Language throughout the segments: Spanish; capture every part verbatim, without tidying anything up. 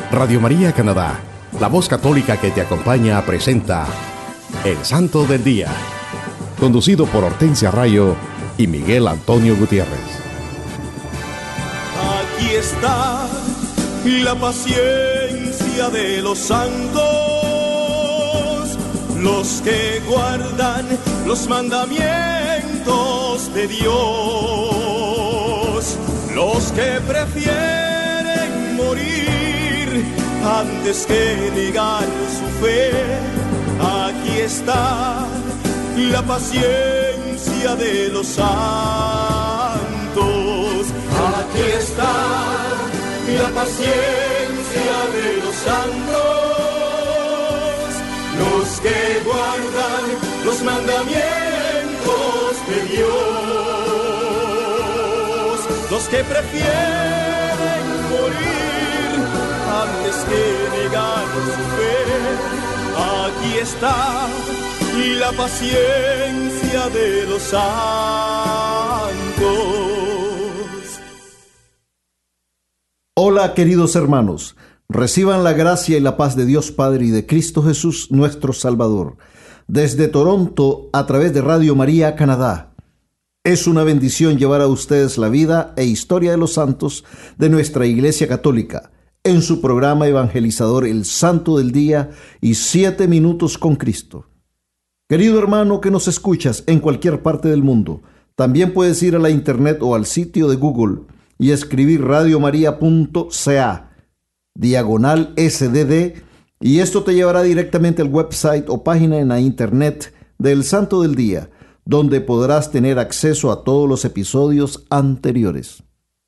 Radio María Canadá, la voz católica que te acompaña, presenta El Santo del Día, conducido por Hortensia Rayo y Miguel Antonio Gutiérrez. Aquí está la paciencia de los santos, los que guardan los mandamientos de Dios, los que prefieren morir antes que negar su fe. Aquí está la paciencia de los santos. Aquí está la paciencia de los santos, los que guardan los mandamientos de Dios, los que prefieren morir antes que negar su fe. Aquí está la paciencia de los santos. Hola, queridos hermanos, reciban la gracia y la paz de Dios Padre y de Cristo Jesús, nuestro Salvador. Desde Toronto, a través de Radio María Canadá. Es una bendición llevar a ustedes la vida e historia de los santos de nuestra Iglesia Católica, en su programa evangelizador El Santo del Día y Siete Minutos con Cristo. Querido hermano que nos escuchas en cualquier parte del mundo, también puedes ir a la internet o al sitio de Google y escribir radiomaria punto ca, diagonal S D D, y esto te llevará directamente al website o página en la internet del Santo del Día, donde podrás tener acceso a todos los episodios anteriores.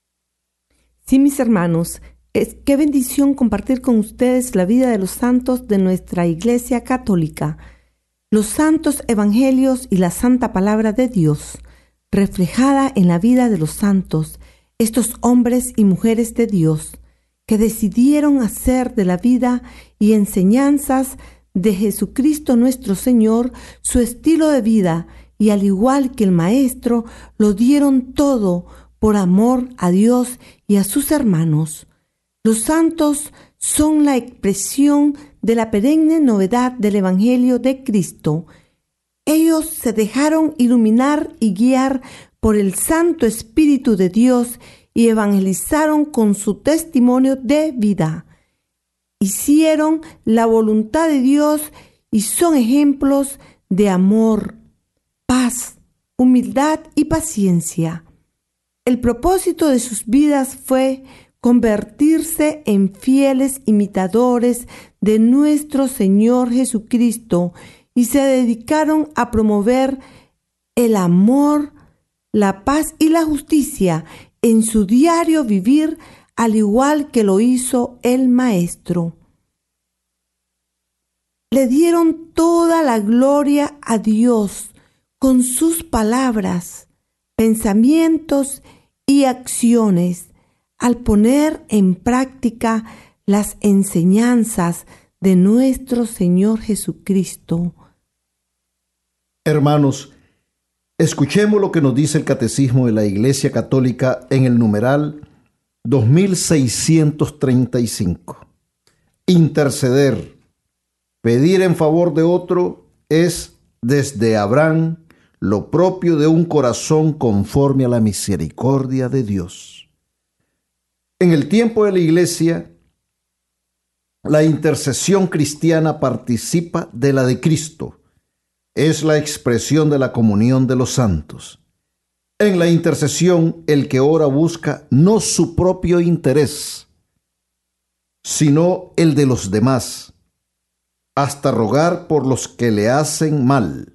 Sí, mis hermanos, es, qué bendición compartir con ustedes la vida de los santos de nuestra Iglesia Católica, los santos evangelios y la santa palabra de Dios, reflejada en la vida de los santos, estos hombres y mujeres de Dios, que decidieron hacer de la vida y enseñanzas de Jesucristo nuestro Señor su estilo de vida, y al igual que el Maestro, lo dieron todo por amor a Dios y a sus hermanos. Los santos son la expresión de la perenne novedad del Evangelio de Cristo. Ellos se dejaron iluminar y guiar por el Santo Espíritu de Dios y evangelizaron con su testimonio de vida. Hicieron la voluntad de Dios y son ejemplos de amor, paz, humildad y paciencia. El propósito de sus vidas fue convertirse en fieles imitadores de nuestro Señor Jesucristo y se dedicaron a promover el amor, la paz y la justicia en su diario vivir, al igual que lo hizo el Maestro. Le dieron toda la gloria a Dios con sus palabras, pensamientos y acciones, al poner en práctica las enseñanzas de nuestro Señor Jesucristo. Hermanos, escuchemos lo que nos dice el Catecismo de la Iglesia Católica en el numeral dos mil seiscientos treinta y cinco. Interceder, pedir en favor de otro, es desde Abraham lo propio de un corazón conforme a la misericordia de Dios. En el tiempo de la Iglesia, la intercesión cristiana participa de la de Cristo. Es la expresión de la comunión de los santos. En la intercesión, el que ora busca no su propio interés, sino el de los demás, hasta rogar por los que le hacen mal.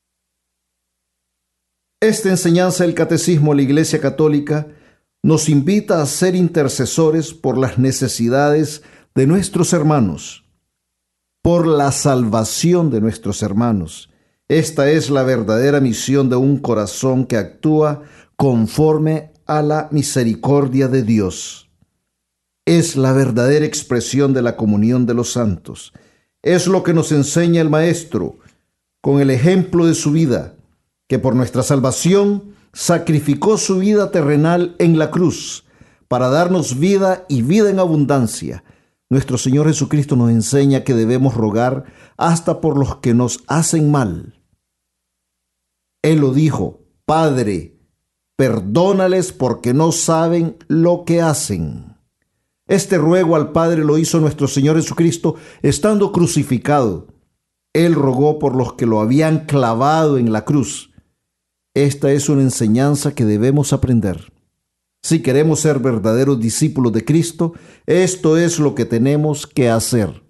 Esta enseñanza del Catecismo de la Iglesia Católica nos invita a ser intercesores por las necesidades de nuestros hermanos, por la salvación de nuestros hermanos. Esta es la verdadera misión de un corazón que actúa conforme a la misericordia de Dios. Es la verdadera expresión de la comunión de los santos. Es lo que nos enseña el Maestro con el ejemplo de su vida, que por nuestra salvación sacrificó su vida terrenal en la cruz para darnos vida y vida en abundancia. nuestro Señor Jesucristo nos enseña que debemos rogar hasta por los que nos hacen mal. Él lo dijo: Padre, perdónales porque no saben lo que hacen. Este ruego al Padre lo hizo nuestro Señor Jesucristo estando crucificado. Él rogó por los que lo habían clavado en la cruz. Esta es una enseñanza que debemos aprender. Si queremos ser verdaderos discípulos de Cristo, esto es lo que tenemos que hacer.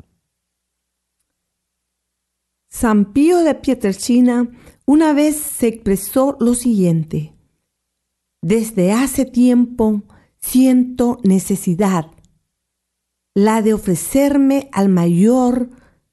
San Pío de Pietrelcina una vez se expresó lo siguiente: desde hace tiempo siento necesidad, la de ofrecerme al mayor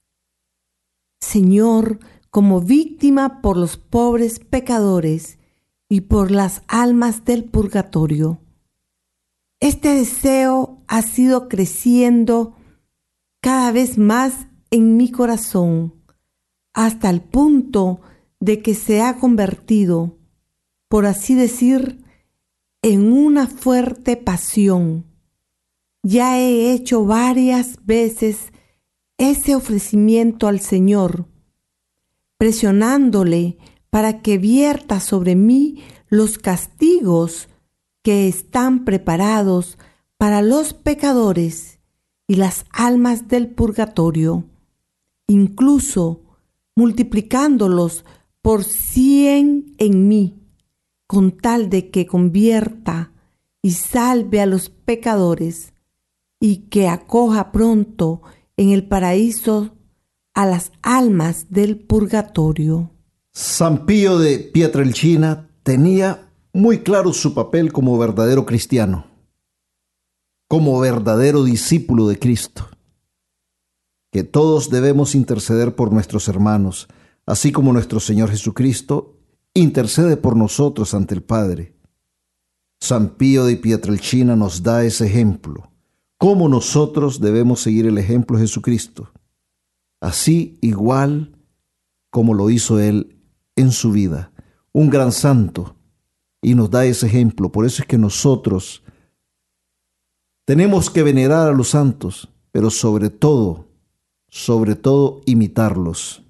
Señor como víctima por los pobres pecadores y por las almas del purgatorio. Este deseo ha sido creciendo cada vez más en mi corazón, hasta el punto de que se ha convertido, por así decir, en una fuerte pasión. Ya he hecho varias veces ese ofrecimiento al Señor, presionándole para que vierta sobre mí los castigos que están preparados para los pecadores y las almas del purgatorio, incluso multiplicándolos por cien en mí, con tal de que convierta y salve a los pecadores y que acoja pronto en el paraíso a las almas del purgatorio. San Pío de Pietrelcina tenía muy claro su papel como verdadero cristiano, como verdadero discípulo de Cristo, que todos debemos interceder por nuestros hermanos, así como nuestro Señor Jesucristo intercede por nosotros ante el Padre. San Pío de Pietrelcina nos da ese ejemplo, cómo nosotros debemos seguir el ejemplo de Jesucristo, así igual como lo hizo Él en su vida, un gran santo, y nos da ese ejemplo. Por eso es que nosotros tenemos que venerar a los santos, pero sobre todo, sobre todo imitarlos.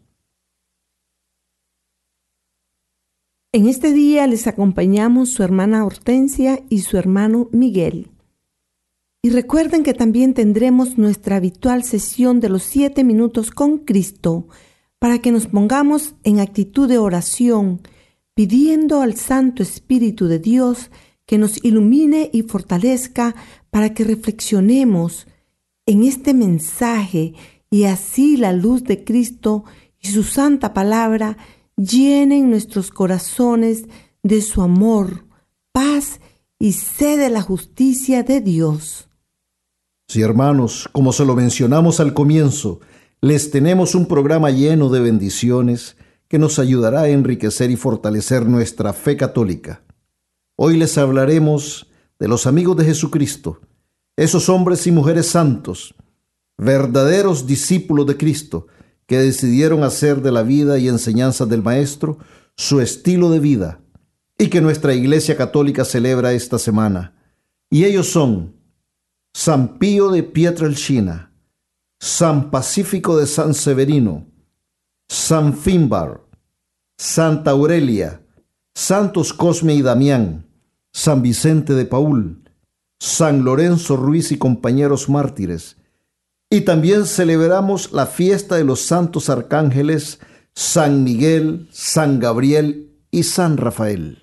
En este día les acompañamos su hermana Hortensia y su hermano Miguel. Y recuerden que también tendremos nuestra habitual sesión de los siete minutos con Cristo, para que nos pongamos en actitud de oración, pidiendo al Santo Espíritu de Dios que nos ilumine y fortalezca para que reflexionemos en este mensaje y así la luz de Cristo y su santa palabra llenen nuestros corazones de su amor, paz y sed de la justicia de Dios. Sí, hermanos, como se lo mencionamos al comienzo, les tenemos un programa lleno de bendiciones que nos ayudará a enriquecer y fortalecer nuestra fe católica. Hoy les hablaremos de los amigos de Jesucristo, esos hombres y mujeres santos, verdaderos discípulos de Cristo, que decidieron hacer de la vida y enseñanzas del Maestro su estilo de vida, y que nuestra Iglesia Católica celebra esta semana. Y ellos son San Pío de Pietrelcina, San Pacífico de San Severino, San Finbar, Santa Aurelia, Santos Cosme y Damián, San Vicente de Paúl, San Lorenzo Ruiz y compañeros mártires. Y también celebramos la fiesta de los santos arcángeles San Miguel, San Gabriel y San Rafael.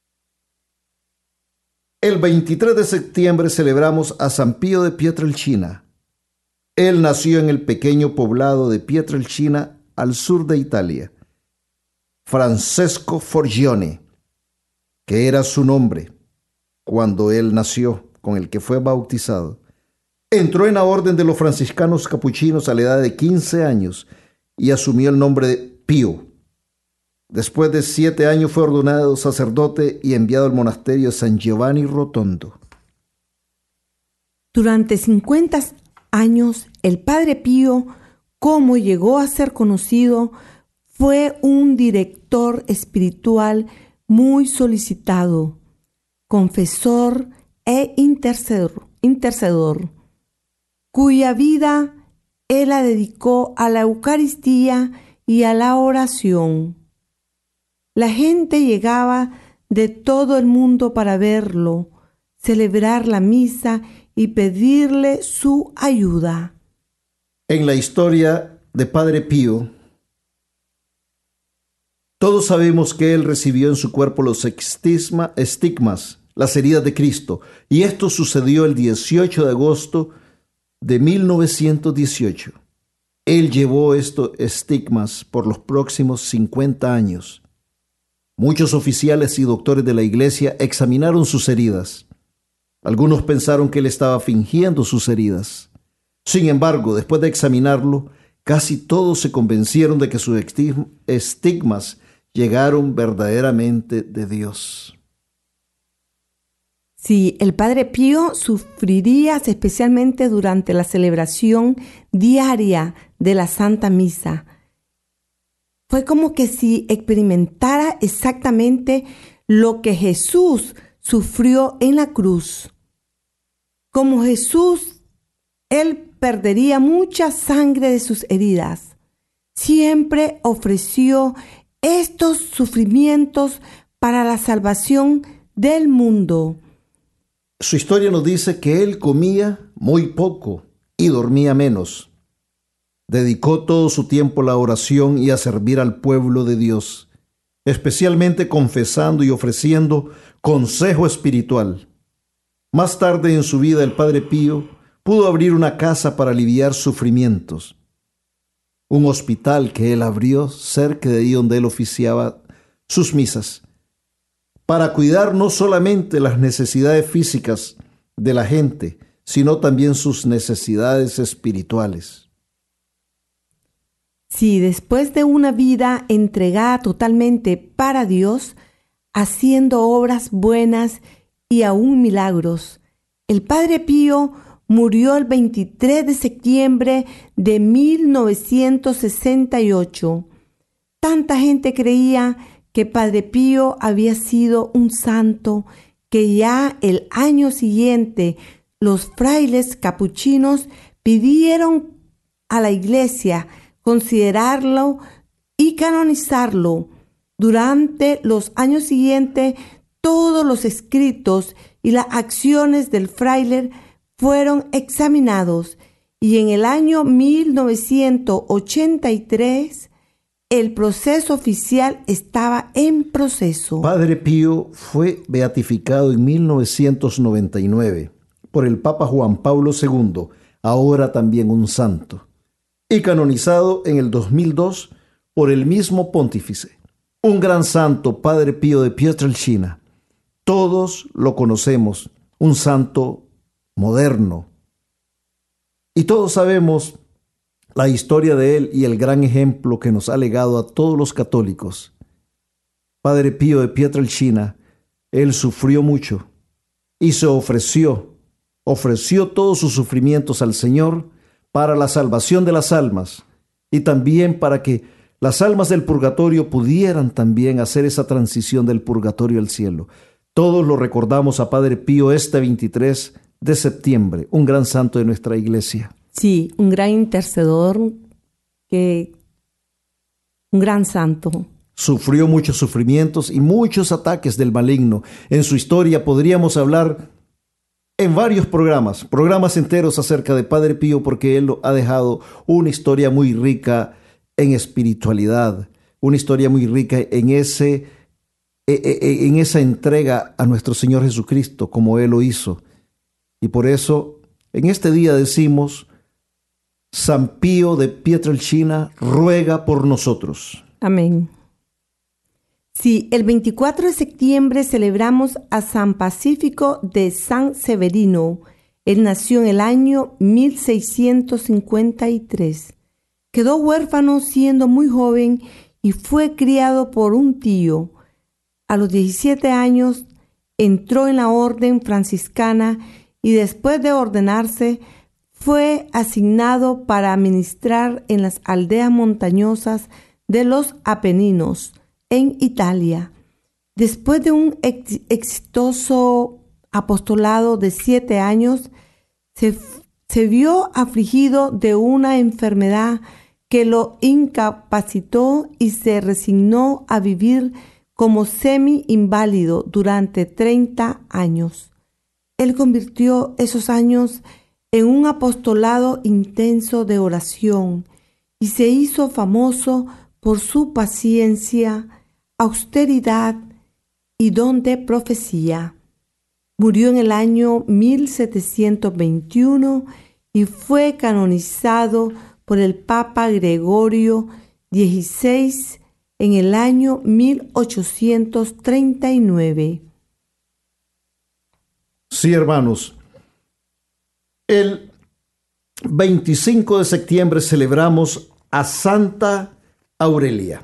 El veintitrés de septiembre celebramos a San Pío de Pietrelcina. Él nació en el pequeño poblado de Pietrelcina, al sur de Italia. Francesco Forgione, que era su nombre cuando él nació, con el que fue bautizado, entró en la orden de los franciscanos capuchinos a la edad de quince años y asumió el nombre de Pío. Después de siete años fue ordenado sacerdote y enviado al monasterio de San Giovanni Rotondo. Durante cincuenta años, el Padre Pío, como llegó a ser conocido, fue un director espiritual muy solicitado, confesor e intercedor. intercedor. cuya vida él la dedicó a la Eucaristía y a la oración. La gente llegaba de todo el mundo para verlo, celebrar la misa y pedirle su ayuda. En la historia de Padre Pío, todos sabemos que él recibió en su cuerpo los estigma, estigmas, las heridas de Cristo, y esto sucedió el dieciocho de agosto de mil novecientos dieciocho. Él llevó estos estigmas por los próximos cincuenta años. Muchos oficiales y doctores de la iglesia examinaron sus heridas. Algunos pensaron que él estaba fingiendo sus heridas. Sin embargo, después de examinarlo, casi todos se convencieron de que sus estigmas llegaron verdaderamente de Dios. Sí, el Padre Pío sufriría especialmente durante la celebración diaria de la Santa Misa. Fue como que si experimentara exactamente lo que Jesús sufrió en la cruz. Como Jesús, él perdería mucha sangre de sus heridas. Siempre ofreció estos sufrimientos para la salvación del mundo. Su historia nos dice que él comía muy poco y dormía menos. Dedicó todo su tiempo a la oración y a servir al pueblo de Dios, especialmente confesando y ofreciendo consejo espiritual. Más tarde en su vida, el Padre Pío pudo abrir una casa para aliviar sufrimientos. Un hospital que él abrió cerca de ahí donde él oficiaba sus misas, para cuidar no solamente las necesidades físicas de la gente, sino también sus necesidades espirituales. Sí, después de una vida entregada totalmente para Dios, haciendo obras buenas y aún milagros, el Padre Pío murió el veintitrés de septiembre de mil novecientos sesenta y ocho. Tanta gente creía que Padre Pío había sido un santo, que ya el año siguiente los frailes capuchinos pidieron a la iglesia considerarlo y canonizarlo. Durante los años siguientes, todos los escritos y las acciones del fraile fueron examinados, y en el año mil novecientos ochenta y tres el proceso oficial estaba en proceso. Padre Pío fue beatificado en mil novecientos noventa y nueve por el Papa Juan Pablo segundo, ahora también un santo, y canonizado en el dos mil dos por el mismo pontífice, un gran santo, Padre Pío de Pietrelcina. Todos lo conocemos, un santo moderno, y todos sabemos la historia de él y el gran ejemplo que nos ha legado a todos los católicos. Padre Pío de Pietrelcina, él sufrió mucho y se ofreció, ofreció todos sus sufrimientos al Señor para la salvación de las almas y también para que las almas del purgatorio pudieran también hacer esa transición del purgatorio al cielo. Todos lo recordamos a Padre Pío este veintitrés de septiembre, un gran santo de nuestra iglesia. Sí, un gran intercedor, que, un gran santo. Sufrió muchos sufrimientos y muchos ataques del maligno. En su historia podríamos hablar en varios programas, programas enteros acerca de Padre Pío, porque él ha dejado una historia muy rica en espiritualidad, una historia muy rica en, ese, en esa entrega a nuestro Señor Jesucristo, como él lo hizo. Y por eso, en este día decimos: San Pío de Pietrelcina, ruega por nosotros. Amén. Sí, el veinticuatro de septiembre celebramos a San Pacífico de San Severino. Él nació en el año mil seiscientos cincuenta y tres. Quedó huérfano siendo muy joven y fue criado por un tío. A los diecisiete años entró en la orden franciscana y después de ordenarse fue asignado para administrar en las aldeas montañosas de los Apeninos, en Italia. Después de un ex- exitoso apostolado de siete años, se, se vio afligido de una enfermedad que lo incapacitó y se resignó a vivir como semi-inválido durante treinta años. Él convirtió esos años en un apostolado intenso de oración y se hizo famoso por su paciencia, austeridad y don de profecía. Murió en el año mil setecientos veintiuno y fue canonizado por el Papa Gregorio dieciséis en el año mil ochocientos treinta y nueve. Sí, hermanos, el veinticinco de septiembre celebramos a Santa Aurelia.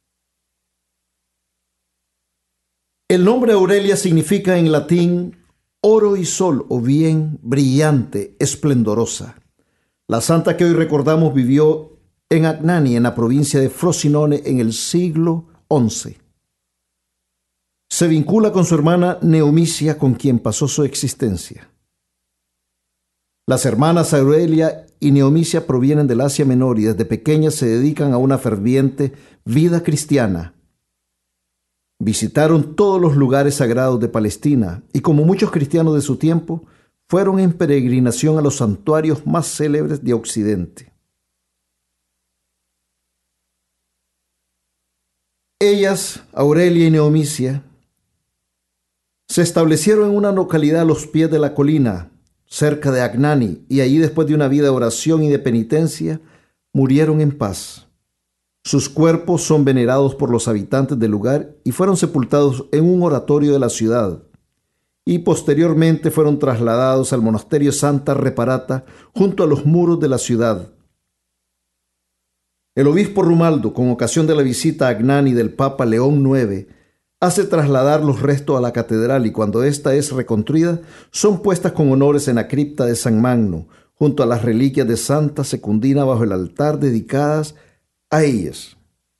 El nombre Aurelia significa en latín oro y sol, o bien brillante, esplendorosa. La santa que hoy recordamos vivió en Agnani, en la provincia de Frosinone, en el siglo once. Se vincula con su hermana Neomicia, con quien pasó su existencia. Las hermanas Aurelia y Neomicia provienen del Asia Menor y desde pequeñas se dedican a una ferviente vida cristiana. Visitaron todos los lugares sagrados de Palestina y, como muchos cristianos de su tiempo, fueron en peregrinación a los santuarios más célebres de Occidente. Ellas, Aurelia y Neomicia, se establecieron en una localidad a los pies de la colina, cerca de Agnani, y allí, después de una vida de oración y de penitencia, murieron en paz. Sus cuerpos son venerados por los habitantes del lugar y fueron sepultados en un oratorio de la ciudad, y posteriormente fueron trasladados al monasterio Santa Reparata, junto a los muros de la ciudad. El obispo Rumaldo, con ocasión de la visita a Agnani del Papa León noveno, hace trasladar los restos a la catedral y cuando ésta es reconstruida, son puestas con honores en la cripta de San Magno, junto a las reliquias de Santa Secundina bajo el altar dedicadas a ellas.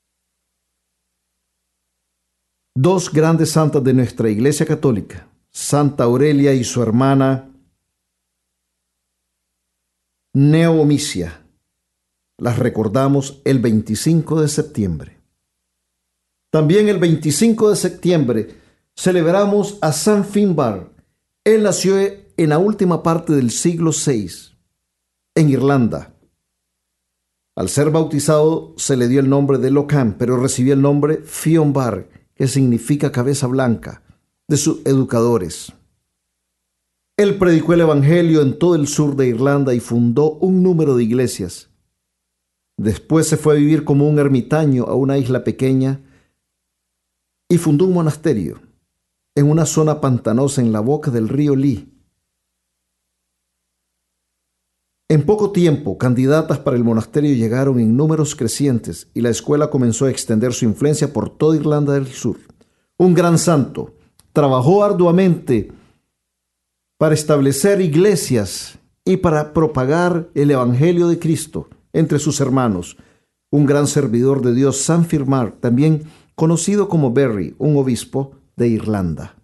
Dos grandes santas de nuestra Iglesia Católica, Santa Aurelia y su hermana Neomicia, las recordamos el veinticinco de septiembre. También el veinticinco de septiembre celebramos a San Finbar. Él nació en la última parte del siglo seis, en Irlanda. Al ser bautizado se le dio el nombre de Locan, pero recibió el nombre Fionbar, que significa cabeza blanca, de sus educadores. Él predicó el Evangelio en todo el sur de Irlanda y fundó un número de iglesias. Después se fue a vivir como un ermitaño a una isla pequeña y fundó un monasterio en una zona pantanosa en la boca del río Lee. En poco tiempo, candidatas para el monasterio llegaron en números crecientes y la escuela comenzó a extender su influencia por toda Irlanda del Sur. Un gran santo, trabajó arduamente para establecer iglesias y para propagar el Evangelio de Cristo entre sus hermanos. Un gran servidor de Dios, San Firmar, también conocido como Berry, un obispo de Irlanda.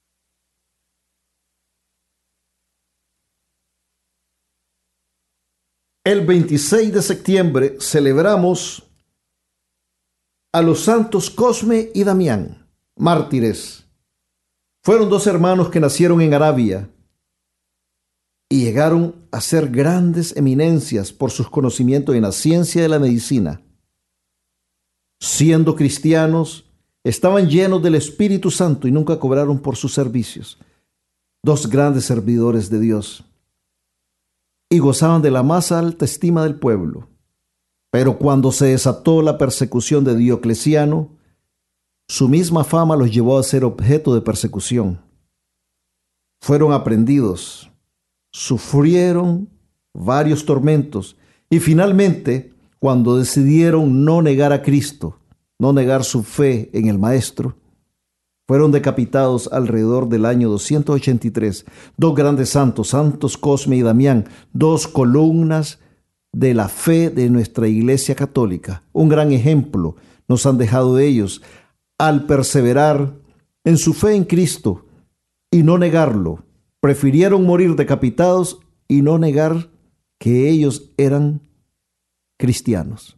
El veintiséis de septiembre celebramos a los santos Cosme y Damián, mártires. Fueron dos hermanos que nacieron en Arabia y llegaron a ser grandes eminencias por sus conocimientos en la ciencia de la medicina. Siendo cristianos, estaban llenos del Espíritu Santo y nunca cobraron por sus servicios. Dos grandes servidores de Dios. Y gozaban de la más alta estima del pueblo. Pero cuando se desató la persecución de Diocleciano, su misma fama los llevó a ser objeto de persecución. Fueron aprehendidos, sufrieron varios tormentos y finalmente, cuando decidieron no negar a Cristo, no negar su fe en el Maestro, fueron decapitados alrededor del año doscientos ochenta y tres. Dos grandes santos, santos Cosme y Damián, dos columnas de la fe de nuestra Iglesia Católica. Un gran ejemplo nos han dejado ellos al perseverar en su fe en Cristo y no negarlo. Prefirieron morir decapitados y no negar que ellos eran cristianos.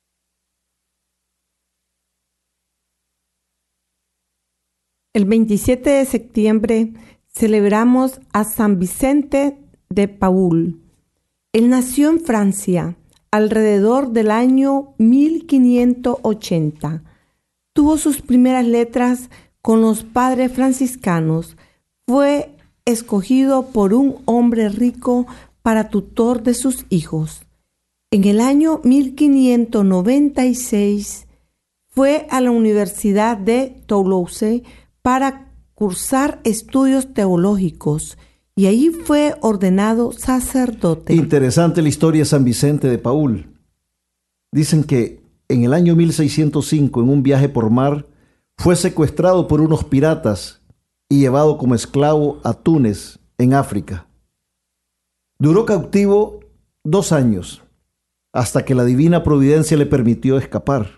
El veintisiete de septiembre celebramos a San Vicente de Paúl. Él nació en Francia alrededor del año mil quinientos ochenta. Tuvo sus primeras letras con los padres franciscanos. Fue escogido por un hombre rico para tutor de sus hijos. En el año mil quinientos noventa y seis fue a la Universidad de Toulouse para cursar estudios teológicos y allí fue ordenado sacerdote. Interesante la historia de San Vicente de Paúl. Dicen que en el año mil seiscientos cinco, en un viaje por mar, fue secuestrado por unos piratas y llevado como esclavo a Túnez, en África. Duró cautivo dos años, hasta que la divina providencia le permitió escapar.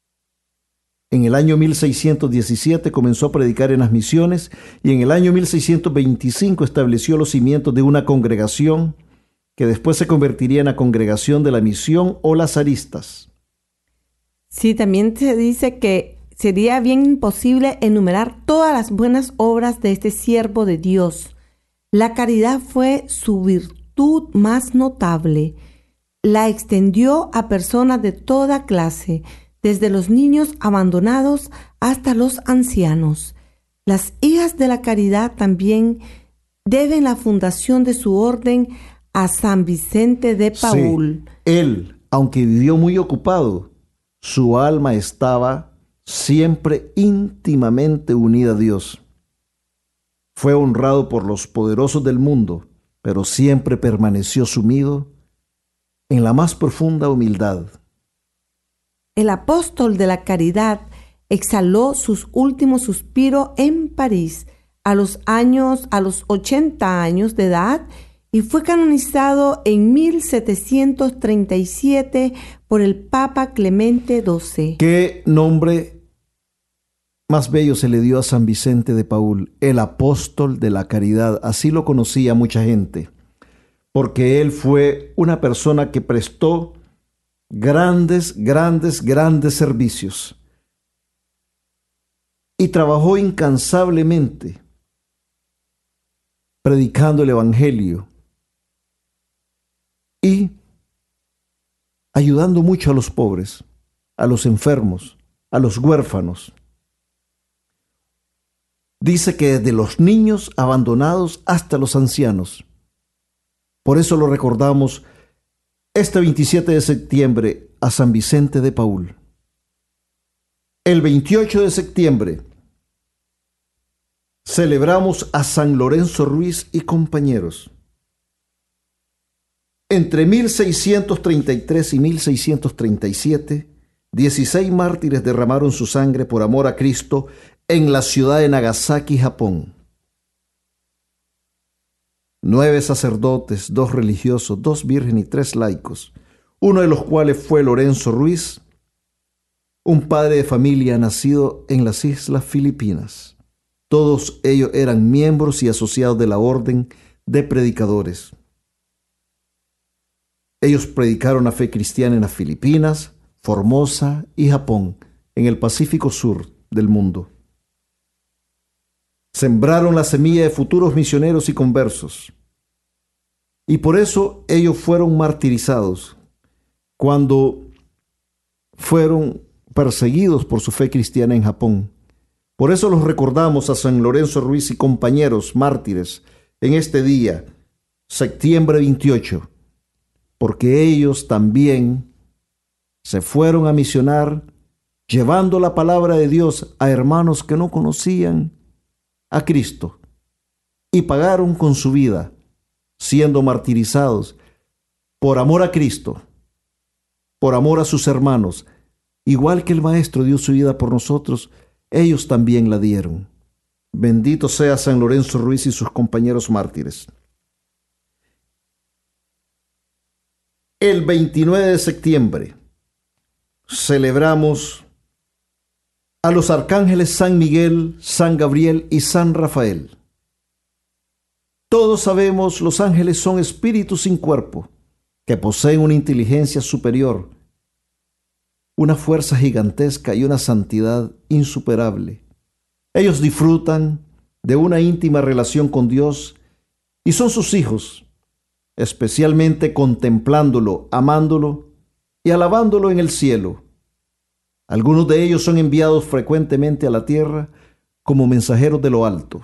En el año mil seiscientos diecisiete comenzó a predicar en las misiones y en el año mil seiscientos veinticinco estableció los cimientos de una congregación que después se convertiría en la Congregación de la Misión o Lazaristas. Sí, también se dice que sería bien imposible enumerar todas las buenas obras de este siervo de Dios. La caridad fue su virtud más notable. La extendió a personas de toda clase, desde los niños abandonados hasta los ancianos. Las hijas de la caridad también deben la fundación de su orden a San Vicente de Paúl. Sí, él, aunque vivió muy ocupado, su alma estaba siempre íntimamente unida a Dios. Fue honrado por los poderosos del mundo, pero siempre permaneció sumido en la más profunda humildad. El apóstol de la caridad exhaló sus últimos suspiros en París a los años, a los ochenta años de edad y fue canonizado en mil setecientos treinta y siete por el Papa Clemente doce. ¿Qué nombre más bello se le dio a San Vicente de Paúl? El apóstol de la caridad. Así lo conocía mucha gente, porque él fue una persona que prestó grandes, grandes, grandes servicios y trabajó incansablemente predicando el Evangelio y ayudando mucho a los pobres, a los enfermos, a los huérfanos. Dice que desde los niños abandonados hasta los ancianos. Por eso lo recordamos este veintisiete de septiembre a San Vicente de Paúl. El veintiocho de septiembre celebramos a San Lorenzo Ruiz y compañeros. Entre mil seiscientos treinta y tres y mil seiscientos treinta y siete, dieciséis mártires derramaron su sangre por amor a Cristo en la ciudad de Nagasaki, Japón. Nueve sacerdotes, dos religiosos, dos vírgenes y tres laicos, uno de los cuales fue Lorenzo Ruiz, un padre de familia nacido en las Islas Filipinas. Todos ellos eran miembros y asociados de la Orden de Predicadores. Ellos predicaron la fe cristiana en las Filipinas, Formosa y Japón, en el Pacífico Sur del mundo. Sembraron la semilla de futuros misioneros y conversos. Y por eso ellos fueron martirizados cuando fueron perseguidos por su fe cristiana en Japón. Por eso los recordamos a San Lorenzo Ruiz y compañeros mártires en este día, septiembre veintiocho, porque ellos también se fueron a misionar llevando la palabra de Dios a hermanos que no conocían a Cristo y pagaron con su vida, siendo martirizados por amor a Cristo, por amor a sus hermanos. Igual que el Maestro dio su vida por nosotros, ellos también la dieron. Bendito sea San Lorenzo Ruiz y sus compañeros mártires. El veintinueve de septiembre celebramos a los arcángeles San Miguel, San Gabriel y San Rafael. Todos sabemos, los ángeles son espíritus sin cuerpo que poseen una inteligencia superior, una fuerza gigantesca y una santidad insuperable. Ellos disfrutan de una íntima relación con Dios y son sus hijos, especialmente contemplándolo, amándolo y alabándolo en el cielo. Algunos de ellos son enviados frecuentemente a la tierra como mensajeros de lo alto.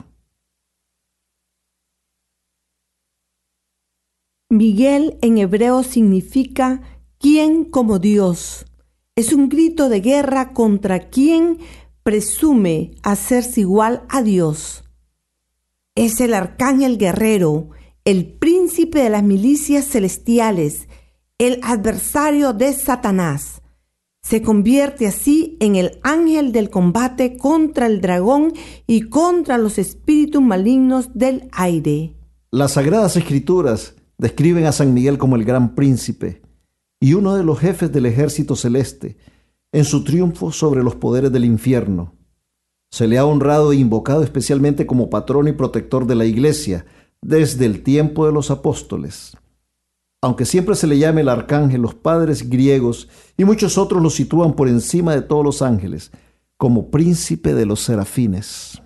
Miguel en hebreo significa ¿quién como Dios? Es un grito de guerra contra quien presume hacerse igual a Dios. Es el arcángel guerrero, el príncipe de las milicias celestiales, el adversario de Satanás. Se convierte así en el ángel del combate contra el dragón y contra los espíritus malignos del aire. Las Sagradas Escrituras describen a San Miguel como el gran príncipe y uno de los jefes del ejército celeste en su triunfo sobre los poderes del infierno. Se le ha honrado e invocado especialmente como patrón y protector de la Iglesia desde el tiempo de los apóstoles. Aunque siempre se le llame el arcángel, los padres griegos y muchos otros lo sitúan por encima de todos los ángeles, como príncipe de los serafines.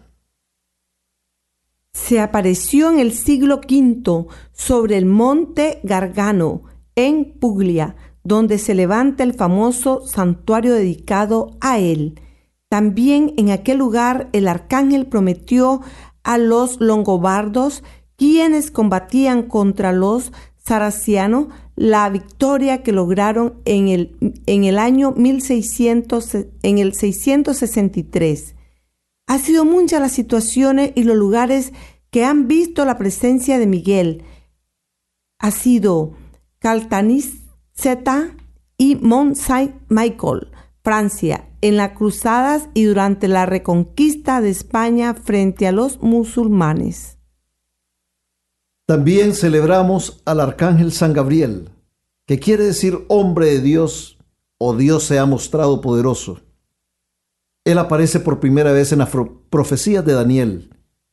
Se apareció en el siglo quinto sobre el monte Gargano, en Puglia, donde se levanta el famoso santuario dedicado a él. También en aquel lugar el arcángel prometió a los longobardos, quienes combatían contra los sarracenos, la victoria que lograron en el, en el año mil seiscientos, en el seiscientos sesenta y tres. Ha sido muchas las situaciones y los lugares que han visto la presencia de Miguel. Ha sido Caltanissetta y Mont Saint-Michel, Francia, en las cruzadas y durante la reconquista de España frente a los musulmanes. También celebramos al arcángel San Gabriel, que quiere decir hombre de Dios o Dios se ha mostrado poderoso. Él aparece por primera vez en las profecías de Daniel.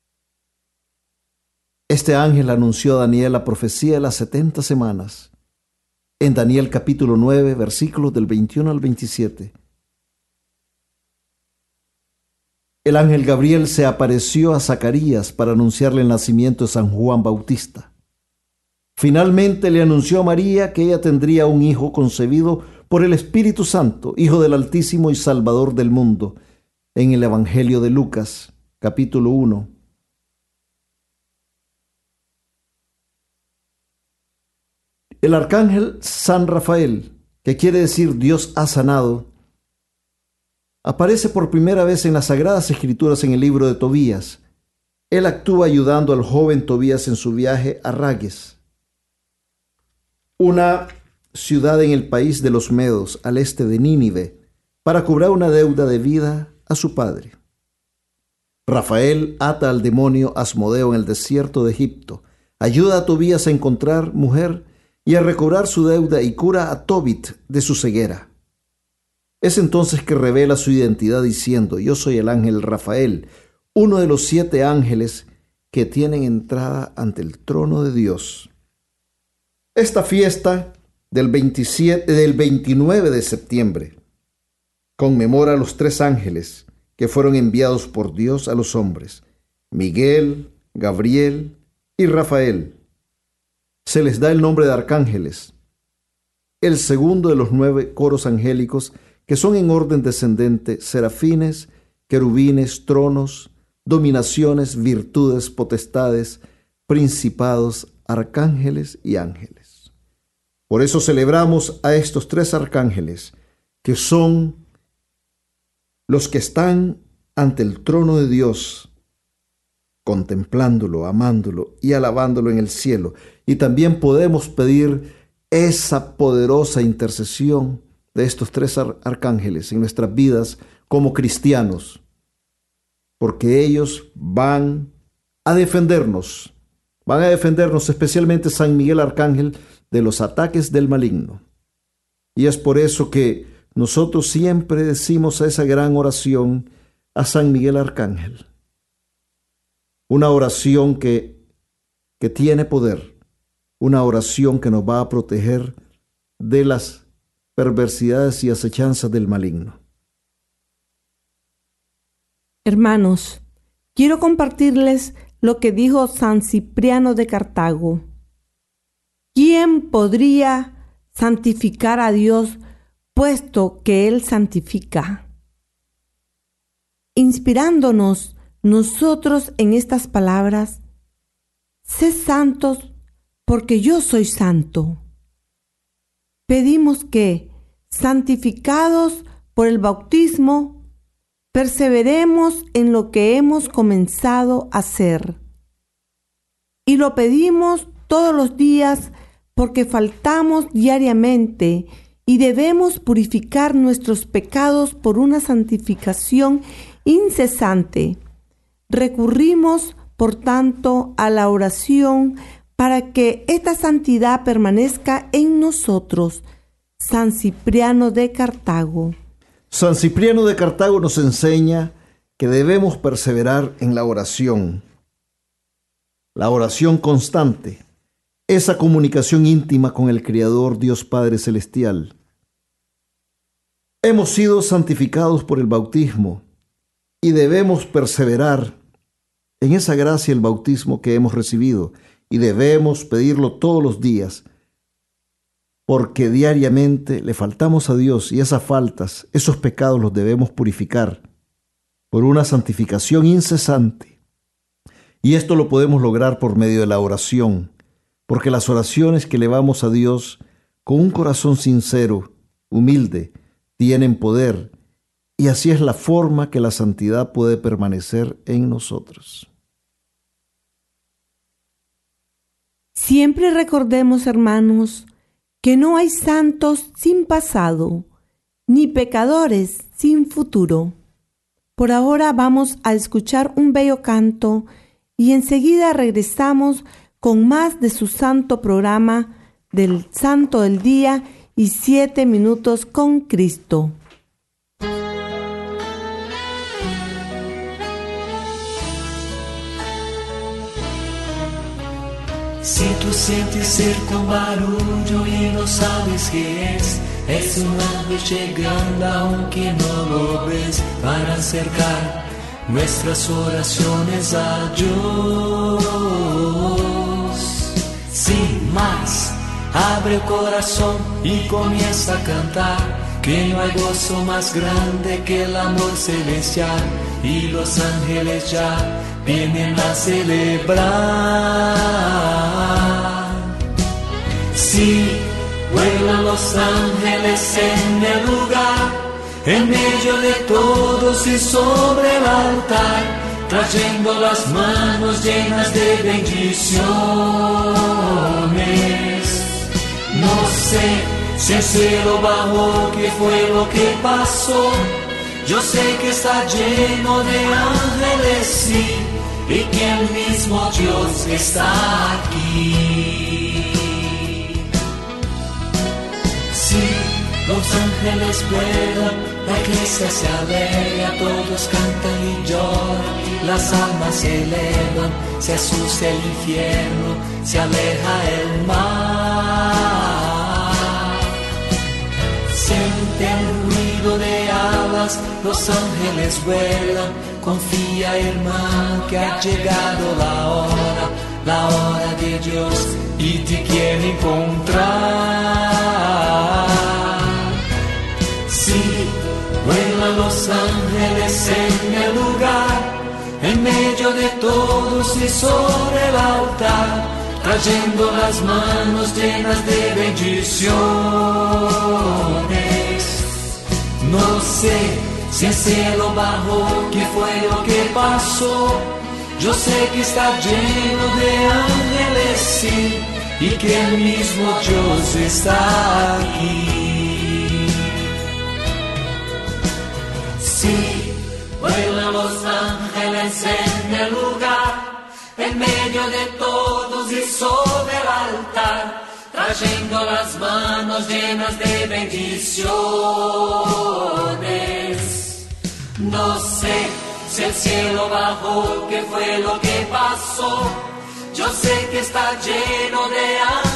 Este ángel anunció a Daniel la profecía de las setenta semanas. En Daniel capítulo nueve, versículos del veintiuno al veintisiete. El ángel Gabriel se apareció a Zacarías para anunciarle el nacimiento de San Juan Bautista. Finalmente le anunció a María que ella tendría un hijo concebido por el Espíritu Santo, Hijo del Altísimo y Salvador del mundo, en el Evangelio de Lucas, capítulo uno. El arcángel San Rafael, que quiere decir Dios ha sanado, aparece por primera vez en las Sagradas Escrituras en el libro de Tobías. Él actúa ayudando al joven Tobías en su viaje a Ragues, una ciudad en el país de los Medos, al este de Nínive, para cobrar una deuda de vida a su padre. Rafael ata al demonio Asmodeo en el desierto de Egipto, ayuda a Tobías a encontrar mujer y a recobrar su deuda y cura a Tobit de su ceguera. Es entonces que revela su identidad diciendo: yo soy el ángel Rafael, uno de los siete ángeles que tienen entrada ante el trono de Dios. Esta fiesta del, veintisiete, del veintinueve de septiembre conmemora a los tres ángeles que fueron enviados por Dios a los hombres: Miguel, Gabriel y Rafael. Se les da el nombre de arcángeles, el segundo de los nueve coros angélicos que son en orden descendente: serafines, querubines, tronos, dominaciones, virtudes, potestades, principados, arcángeles y ángeles. Por eso celebramos a estos tres arcángeles, que son los que están ante el trono de Dios, contemplándolo, amándolo y alabándolo en el cielo. Y también podemos pedir esa poderosa intercesión de estos tres ar- arcángeles en nuestras vidas como cristianos, porque ellos van a defendernos, van a defendernos, especialmente San Miguel Arcángel, de los ataques del maligno. Y es por eso que nosotros siempre decimos esa gran oración a San Miguel Arcángel. Una oración que, que tiene poder, una oración que nos va a proteger de las perversidades y acechanzas del maligno. Hermanos, quiero compartirles lo que dijo San Cipriano de Cartago. ¿Quién podría santificar a Dios puesto que Él santifica? Inspirándonos nosotros en estas palabras, sé santos porque yo soy santo. Pedimos que, santificados por el bautismo, perseveremos en lo que hemos comenzado a hacer. Y lo pedimos todos los días porque faltamos diariamente y debemos purificar nuestros pecados por una santificación incesante. Recurrimos, por tanto, a la oración para que esta santidad permanezca en nosotros. San Cipriano de Cartago. San Cipriano de Cartago nos enseña que debemos perseverar en la oración. La oración constante, esa comunicación íntima con el Creador Dios Padre Celestial. Hemos sido santificados por el bautismo y debemos perseverar en esa gracia del bautismo que hemos recibido y debemos pedirlo todos los días, porque diariamente le faltamos a Dios y esas faltas, esos pecados los debemos purificar por una santificación incesante. Y esto lo podemos lograr por medio de la oración, porque las oraciones que elevamos a Dios con un corazón sincero, humilde, tienen poder, y así es la forma que la santidad puede permanecer en nosotros. Siempre recordemos, hermanos, que no hay santos sin pasado, ni pecadores sin futuro. Por ahora vamos a escuchar un bello canto y enseguida regresamos con más de su santo programa del Santo del Día y Siete Minutos con Cristo. Si tú sientes cerca un barullo y no sabes qué es, es un ángel llegando aunque no lo ves, para acercar nuestras oraciones a Dios. Sin más, abre el corazón y comienza a cantar, que no hay gozo más grande que el amor celestial, y los ángeles ya vienen a celebrar. Sí, vuelan los ángeles en el lugar, en medio de todos y sobre el altar, trayendo las manos llenas de bendiciones. No sé si el cielo bajó, qué fue lo que pasó. Yo sé que está lleno de ángeles, sí, y que el mismo Dios está aquí. Sí, los ángeles vuelan, la iglesia se alegra, todos cantan y lloran, las almas se elevan, se asusta el infierno, se aleja el mar. Siente el ruido de alas, los ángeles vuelan, confía, hermano, que ha llegado la hora, la hora de Dios, y te quiere encontrar. Sí, vuelan los ángeles en el lugar, en medio de todos y sobre el altar, trayendo las manos llenas de bendiciones. No sé si el cielo bajó, qué fue lo que pasó. Yo sé que está lleno de ángeles, sí, y que el mismo Dios está aquí. Sí, vuelan los ángeles en el lugar, en medio de todos y sobre el altar, trayendo las manos llenas de bendiciones. No sé si el cielo bajó, qué fue lo que pasó. Yo sé que está lleno de ángeles,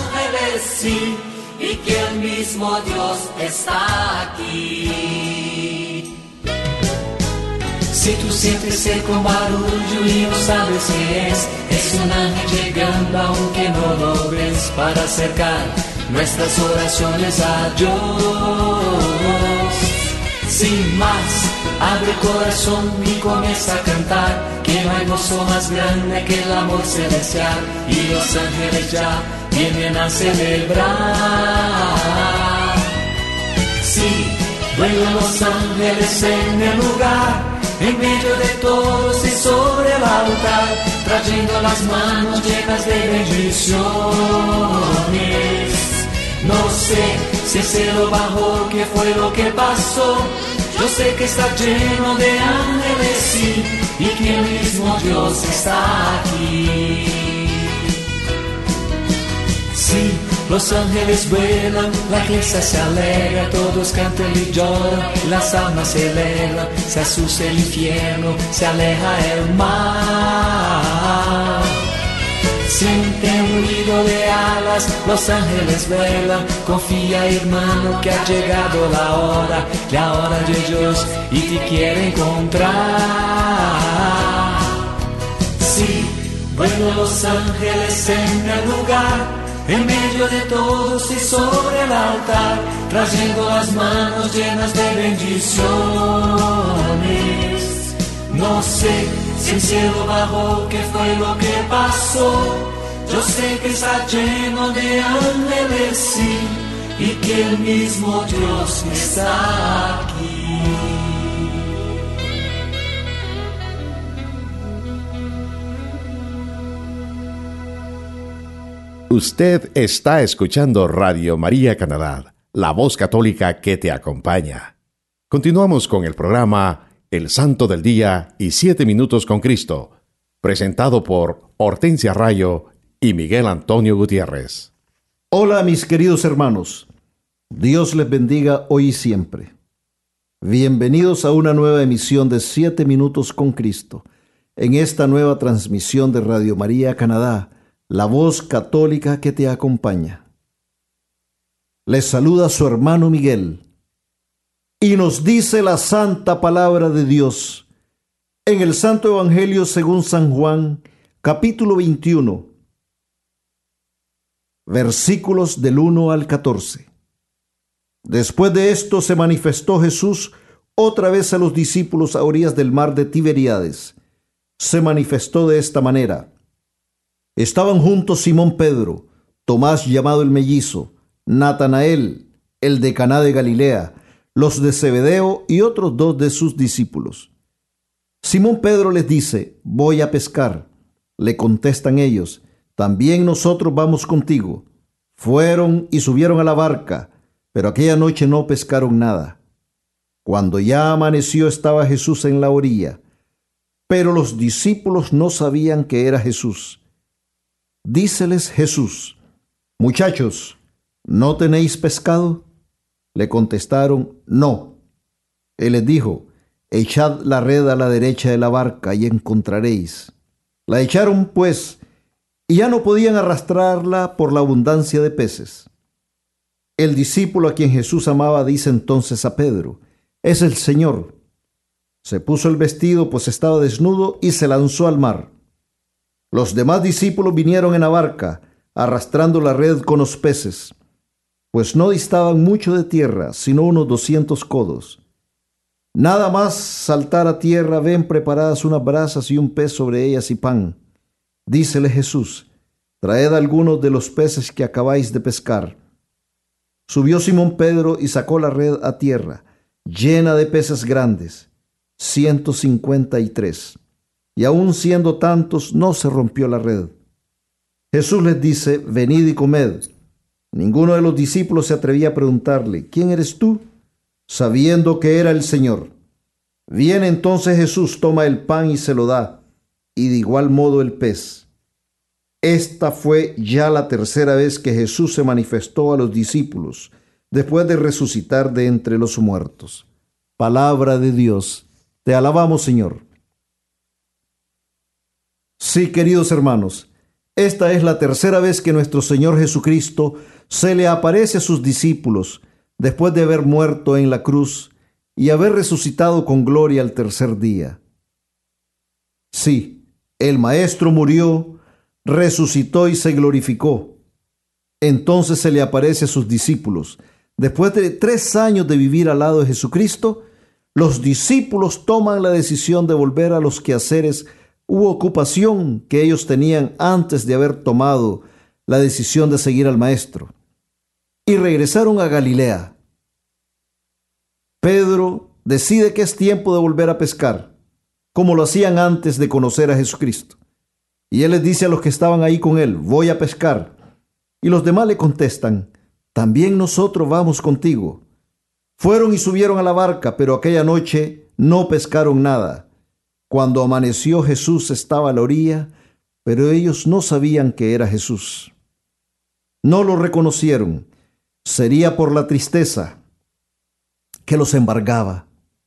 sí, y que el mismo Dios está aquí. Si tú sientes eco, un barullo y no sabes qué es, es un ángel llegando aunque no lo ves, para acercar nuestras oraciones a Dios. Sin más, abre el corazón y comienza a cantar, que no hay gozo más grande que el amor celestial, y los ángeles ya vienen a celebrar. Sí, vuelan los ángeles en el lugar, en medio de todos y sobre el altar, trayendo las manos llenas de bendiciones. No sé si el cielo bajó, qué fue lo que pasó. Yo sé que está lleno de ángeles, sí, y que el mismo Dios está aquí. Sí, los ángeles vuelan, la iglesia se alegra, todos cantan y lloran, las almas se elevan, se asusta el infierno, se aleja el mar. Siente un ruido de alas, los ángeles vuelan, confía hermano que ha llegado la hora, la hora de Dios y te quiere encontrar. Sí, vuelan los ángeles en el lugar, en medio de todos y sobre el altar, trayendo las manos llenas de bendiciones. No sé si el cielo bajó, qué fue lo que pasó. Yo sé que está lleno de ángeles, sí, y que el mismo Dios está aquí. Usted está escuchando Radio María Canadá, la voz católica que te acompaña. Continuamos con el programa El Santo del Día y Siete Minutos con Cristo, presentado por Hortensia Rayo y Miguel Antonio Gutiérrez. Hola mis queridos hermanos, Dios les bendiga hoy y siempre. Bienvenidos a una nueva emisión de Siete Minutos con Cristo, en esta nueva transmisión de Radio María Canadá, la voz católica que te acompaña. Les saluda su hermano Miguel, y nos dice la santa palabra de Dios en el Santo Evangelio según San Juan, capítulo veintiuno, versículos del uno al catorce. Después de esto se manifestó Jesús otra vez a los discípulos a orillas del mar de Tiberíades. Se manifestó de esta manera. Estaban juntos Simón Pedro, Tomás llamado el mellizo, Natanael, el de Caná de Galilea, los de Zebedeo y otros dos de sus discípulos. Simón Pedro les dice: voy a pescar. Le contestan ellos: también nosotros vamos contigo. Fueron y subieron a la barca, pero aquella noche no pescaron nada. Cuando ya amaneció estaba Jesús en la orilla, pero los discípulos no sabían que era Jesús. Díceles Jesús: muchachos, ¿no tenéis pescado? Le contestaron: no. Él les dijo: echad la red a la derecha de la barca y encontraréis. La echaron pues, y ya no podían arrastrarla por la abundancia de peces. El discípulo a quien Jesús amaba dice entonces a Pedro: es el Señor. Se puso el vestido, pues estaba desnudo, y se lanzó al mar. Los demás discípulos vinieron en la barca, arrastrando la red con los peces, pues no distaban mucho de tierra, sino unos doscientos codos. Nada más saltar a tierra, ven preparadas unas brasas y un pez sobre ellas y pan. Dícele Jesús: traed algunos de los peces que acabáis de pescar. Subió Simón Pedro y sacó la red a tierra, llena de peces grandes, ciento cincuenta y tres. Y aun siendo tantos, no se rompió la red. Jesús les dice: venid y comed. Ninguno de los discípulos se atrevía a preguntarle: ¿quién eres tú?, sabiendo que era el Señor. Viene entonces Jesús, toma el pan y se lo da, y de igual modo el pez. Esta fue ya la tercera vez que Jesús se manifestó a los discípulos, después de resucitar de entre los muertos. Palabra de Dios. Te alabamos, Señor. Sí, queridos hermanos, Esta es la tercera vez que nuestro Señor Jesucristo se le aparece a sus discípulos después de haber muerto en la cruz y haber resucitado con gloria al tercer día. Sí, el Maestro murió, resucitó y se glorificó. Entonces se le aparece a sus discípulos. Después de tres años de vivir al lado de Jesucristo, los discípulos toman la decisión de volver a los quehaceres u ocupación que ellos tenían antes de haber tomado la decisión de seguir al Maestro, y regresaron a Galilea. Pedro decide que es tiempo de volver a pescar, como lo hacían antes de conocer a Jesucristo. Y él les dice a los que estaban ahí con él: voy a pescar. Y los demás le contestan: también nosotros vamos contigo. Fueron y subieron a la barca, pero aquella noche no pescaron nada. Cuando amaneció, Jesús estaba a la orilla, pero ellos no sabían que era Jesús. No lo reconocieron. Sería por la tristeza que los embargaba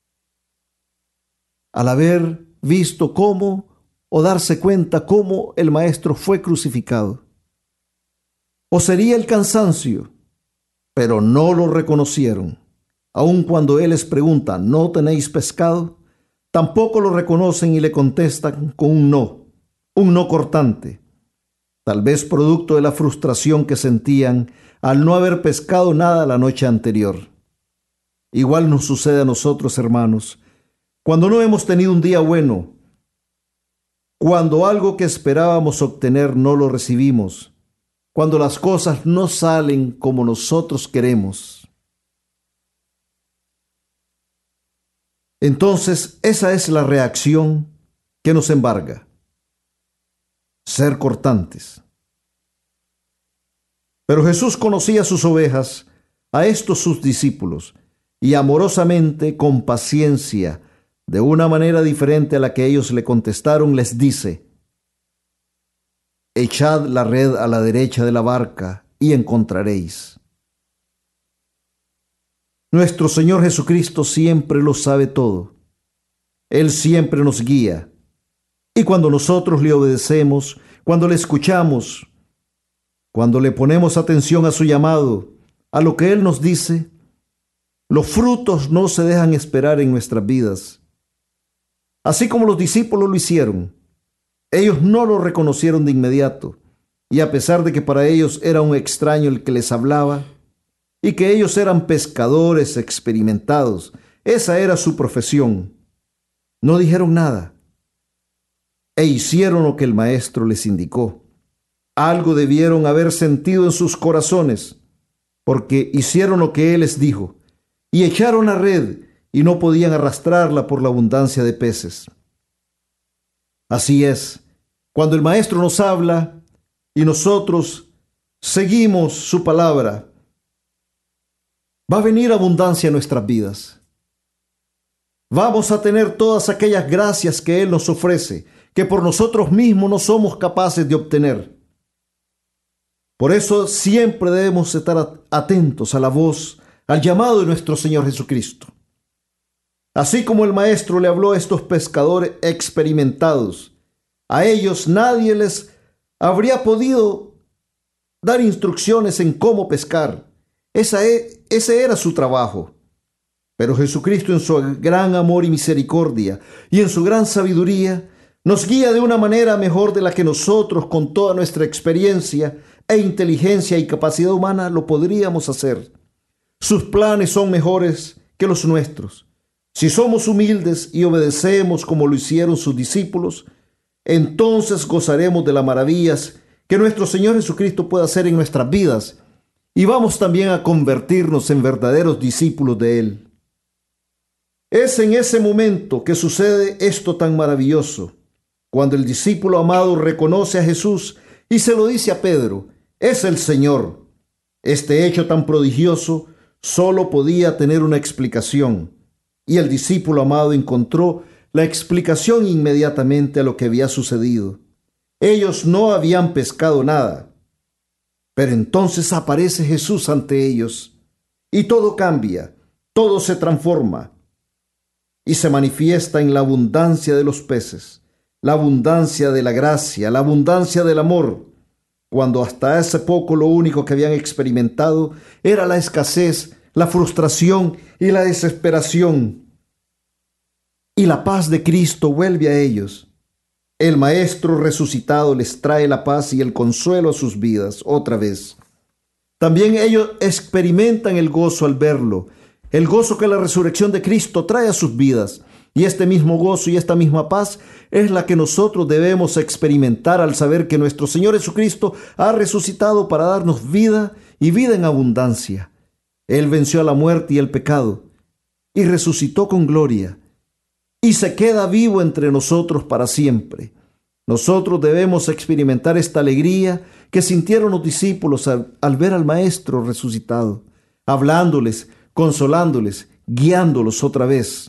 al haber visto cómo, o darse cuenta cómo el Maestro fue crucificado. O sería el cansancio, pero no lo reconocieron. Aun cuando Él les pregunta: ¿no tenéis pescado?, tampoco lo reconocen y le contestan con un no, un no cortante, tal vez producto de la frustración que sentían al no haber pescado nada la noche anterior. Igual nos sucede a nosotros, hermanos, cuando no hemos tenido un día bueno, cuando algo que esperábamos obtener no lo recibimos, cuando las cosas no salen como nosotros queremos. Entonces, esa es la reacción que nos embarga: ser cortantes. Pero Jesús conocía a sus ovejas, a estos sus discípulos, y amorosamente, con paciencia, de una manera diferente a la que ellos le contestaron, les dice: echad la red a la derecha de la barca y encontraréis. Nuestro Señor Jesucristo siempre lo sabe todo. Él siempre nos guía. Y cuando nosotros le obedecemos, cuando le escuchamos, cuando le ponemos atención a su llamado, a lo que Él nos dice, los frutos no se dejan esperar en nuestras vidas. Así como los discípulos lo hicieron, ellos no lo reconocieron de inmediato, y a pesar de que para ellos era un extraño el que les hablaba, y que ellos eran pescadores experimentados, esa era su profesión, no dijeron nada, e hicieron lo que el Maestro les indicó. Algo debieron haber sentido en sus corazones, porque hicieron lo que Él les dijo, y echaron la red, y no podían arrastrarla por la abundancia de peces. Así es, cuando el Maestro nos habla, y nosotros seguimos su palabra, va a venir abundancia en nuestras vidas. Vamos a tener todas aquellas gracias que Él nos ofrece, que por nosotros mismos no somos capaces de obtener. Por eso siempre debemos estar atentos a la voz, al llamado de nuestro Señor Jesucristo. Así como el Maestro le habló a estos pescadores experimentados, a ellos nadie les habría podido dar instrucciones en cómo pescar. Esa es, ese era su trabajo. Pero Jesucristo, en su gran amor y misericordia y en su gran sabiduría, nos guía de una manera mejor de la que nosotros, con toda nuestra experiencia e inteligencia y capacidad humana, lo podríamos hacer. Sus planes son mejores que los nuestros. Si somos humildes y obedecemos como lo hicieron sus discípulos, entonces gozaremos de las maravillas que nuestro Señor Jesucristo puede hacer en nuestras vidas, y vamos también a convertirnos en verdaderos discípulos de Él. Es en ese momento que sucede esto tan maravilloso, cuando el discípulo amado reconoce a Jesús y se lo dice a Pedro: es el Señor. Este hecho tan prodigioso solo podía tener una explicación, y el discípulo amado encontró la explicación inmediatamente a lo que había sucedido. Ellos no habían pescado nada, pero entonces aparece Jesús ante ellos, y todo cambia, todo se transforma, y se manifiesta en la abundancia de los peces, la abundancia de la gracia, la abundancia del amor, cuando hasta hace poco lo único que habían experimentado era la escasez, la frustración y la desesperación. Y la paz de Cristo vuelve a ellos. El Maestro resucitado les trae la paz y el consuelo a sus vidas otra vez. También ellos experimentan el gozo al verlo, el gozo que la resurrección de Cristo trae a sus vidas. Y este mismo gozo y esta misma paz es la que nosotros debemos experimentar al saber que nuestro Señor Jesucristo ha resucitado para darnos vida y vida en abundancia. Él venció a la muerte y el pecado y resucitó con gloria y se queda vivo entre nosotros para siempre. Nosotros debemos experimentar esta alegría que sintieron los discípulos al, al ver al Maestro resucitado, hablándoles, consolándoles, guiándolos otra vez.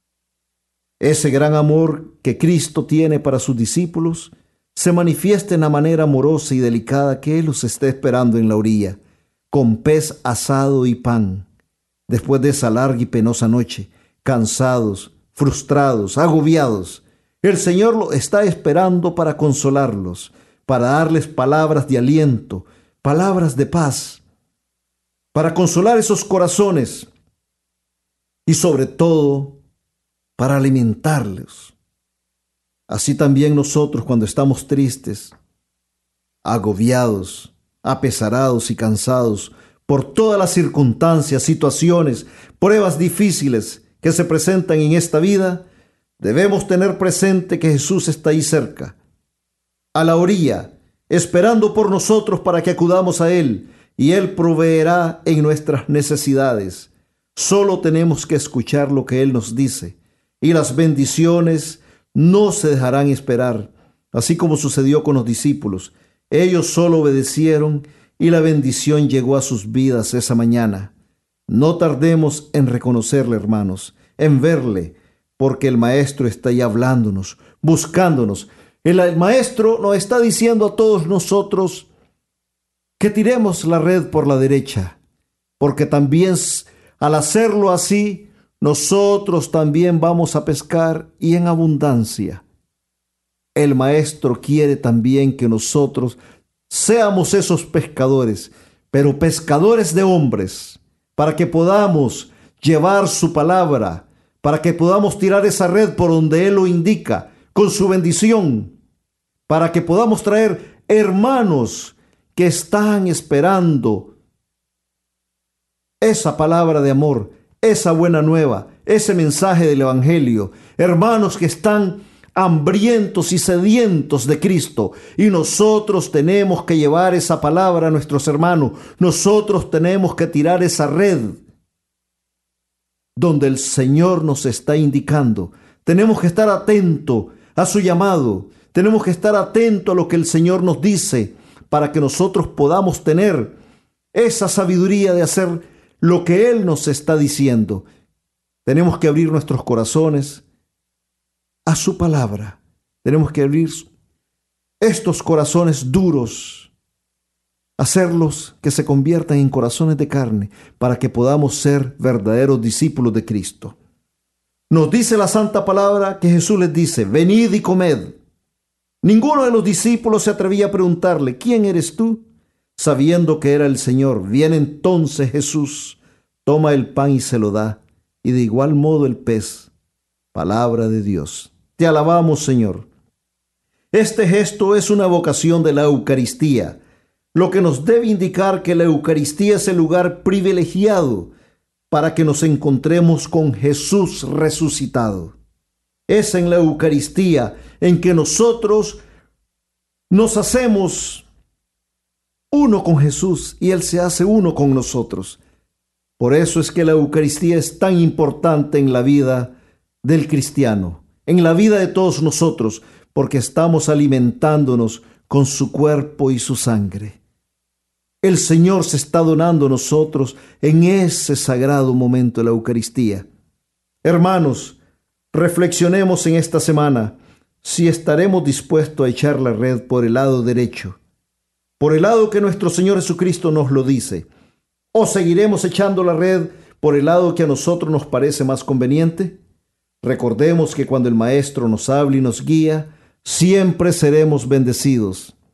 Ese gran amor que Cristo tiene para sus discípulos se manifiesta en la manera amorosa y delicada que Él los está esperando en la orilla, con pez asado y pan, después de esa larga y penosa noche, cansados, frustrados, agobiados. El Señor los está esperando para consolarlos, para darles palabras de aliento, palabras de paz, para consolar esos corazones y sobre todo para alimentarlos. Así también nosotros, cuando estamos tristes, agobiados, apesarados y cansados por todas las circunstancias, situaciones, pruebas difíciles que se presentan en esta vida, debemos tener presente que Jesús está ahí cerca, a la orilla, esperando por nosotros para que acudamos a Él, y Él proveerá en nuestras necesidades. Solo tenemos que escuchar lo que Él nos dice, y las bendiciones no se dejarán esperar, así como sucedió con los discípulos. Ellos solo obedecieron y la bendición llegó a sus vidas esa mañana. No tardemos en reconocerle, hermanos, en verle, porque el Maestro está ahí hablándonos, buscándonos. El, el Maestro nos está diciendo a todos nosotros que tiremos la red por la derecha, porque también al hacerlo así, nosotros también vamos a pescar y en abundancia. El Maestro quiere también que nosotros seamos esos pescadores, pero pescadores de hombres, para que podamos llevar su palabra, para que podamos tirar esa red por donde Él lo indica, con su bendición, para que podamos traer hermanos que están esperando esa palabra de amor, esa buena nueva, ese mensaje del Evangelio, hermanos que están hambrientos y sedientos de Cristo, y nosotros tenemos que llevar esa palabra a nuestros hermanos. Nosotros tenemos que tirar esa red donde el Señor nos está indicando. Tenemos que estar atentos a su llamado, tenemos que estar atentos a lo que el Señor nos dice, para que nosotros podamos tener esa sabiduría de hacer lo que Él nos está diciendo. Tenemos que abrir nuestros corazones a su palabra. Tenemos que abrir estos corazones duros, hacerlos que se conviertan en corazones de carne, para que podamos ser verdaderos discípulos de Cristo. Nos dice la Santa Palabra que Jesús les dice: venid y comed. Ninguno de los discípulos se atrevía a preguntarle: ¿quién eres tú?, sabiendo que era el Señor. Viene entonces Jesús, toma el pan y se lo da, y de igual modo el pez. Palabra de Dios. Te alabamos, Señor. Este gesto es una vocación de la Eucaristía, lo que nos debe indicar que la Eucaristía es el lugar privilegiado para que nos encontremos con Jesús resucitado. Es en la Eucaristía en que nosotros nos hacemos uno con Jesús y Él se hace uno con nosotros. Por eso es que la Eucaristía es tan importante en la vida del cristiano, en la vida de todos nosotros, porque estamos alimentándonos con su cuerpo y su sangre. El Señor se está donando a nosotros en ese sagrado momento de la Eucaristía. Hermanos, reflexionemos en esta semana si estaremos dispuestos a echar la red por el lado derecho, por el lado que nuestro Señor Jesucristo nos lo dice, o seguiremos echando la red por el lado que a nosotros nos parece más conveniente. Recordemos que cuando el Maestro nos habla y nos guía, siempre seremos bendecidos.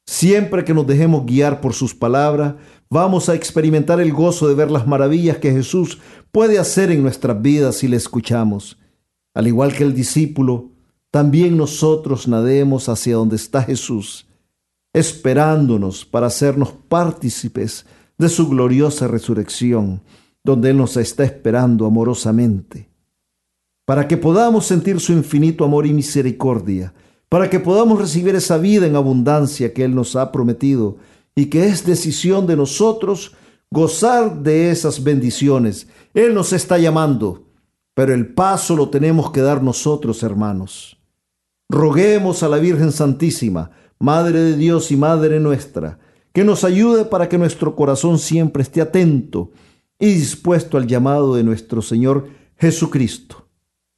Siempre que nos dejemos guiar por sus palabras, vamos a experimentar el gozo de ver las maravillas que Jesús puede hacer en nuestras vidas si le escuchamos. Al igual que el discípulo, también nosotros nademos hacia donde está Jesús, esperándonos para hacernos partícipes de su gloriosa resurrección, donde Él nos está esperando amorosamente, para que podamos sentir su infinito amor y misericordia, para que podamos recibir esa vida en abundancia que Él nos ha prometido y que es decisión de nosotros gozar de esas bendiciones. Él nos está llamando, pero el paso lo tenemos que dar nosotros, hermanos. Roguemos a la Virgen Santísima, Madre de Dios y Madre nuestra, que nos ayude para que nuestro corazón siempre esté atento y dispuesto al llamado de nuestro Señor Jesucristo.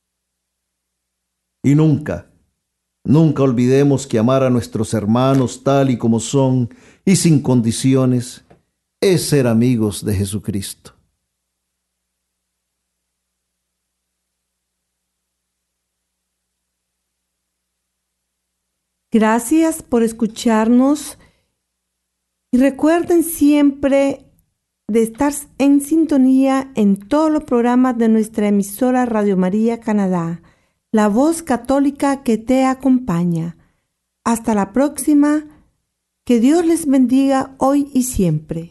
Y nunca, nunca olvidemos que amar a nuestros hermanos tal y como son y sin condiciones es ser amigos de Jesucristo. Gracias por escucharnos y recuerden siempre de estar en sintonía en todos los programas de nuestra emisora Radio María Canadá, la voz católica que te acompaña. Hasta la próxima, que Dios les bendiga hoy y siempre.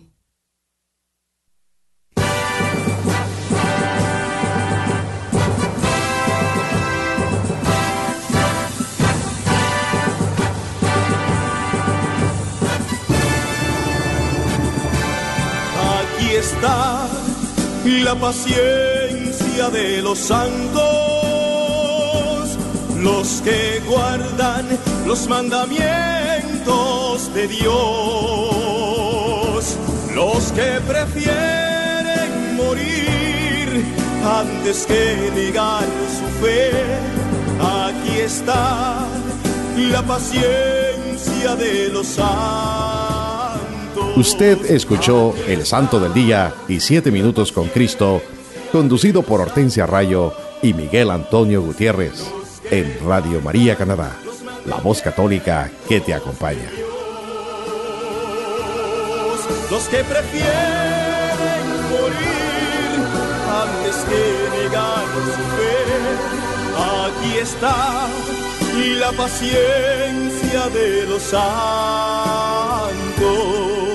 Está la paciencia de los santos, los que guardan los mandamientos de Dios, los que prefieren morir antes que negar su fe. Aquí está la paciencia de los santos. Usted escuchó El Santo del Día y Siete Minutos con Cristo, conducido por Hortensia Rayo y Miguel Antonio Gutiérrez, en Radio María Canadá, la voz católica que te acompaña. Los que prefieren morir antes que negar su fe. Aquí está la paciencia de los santos.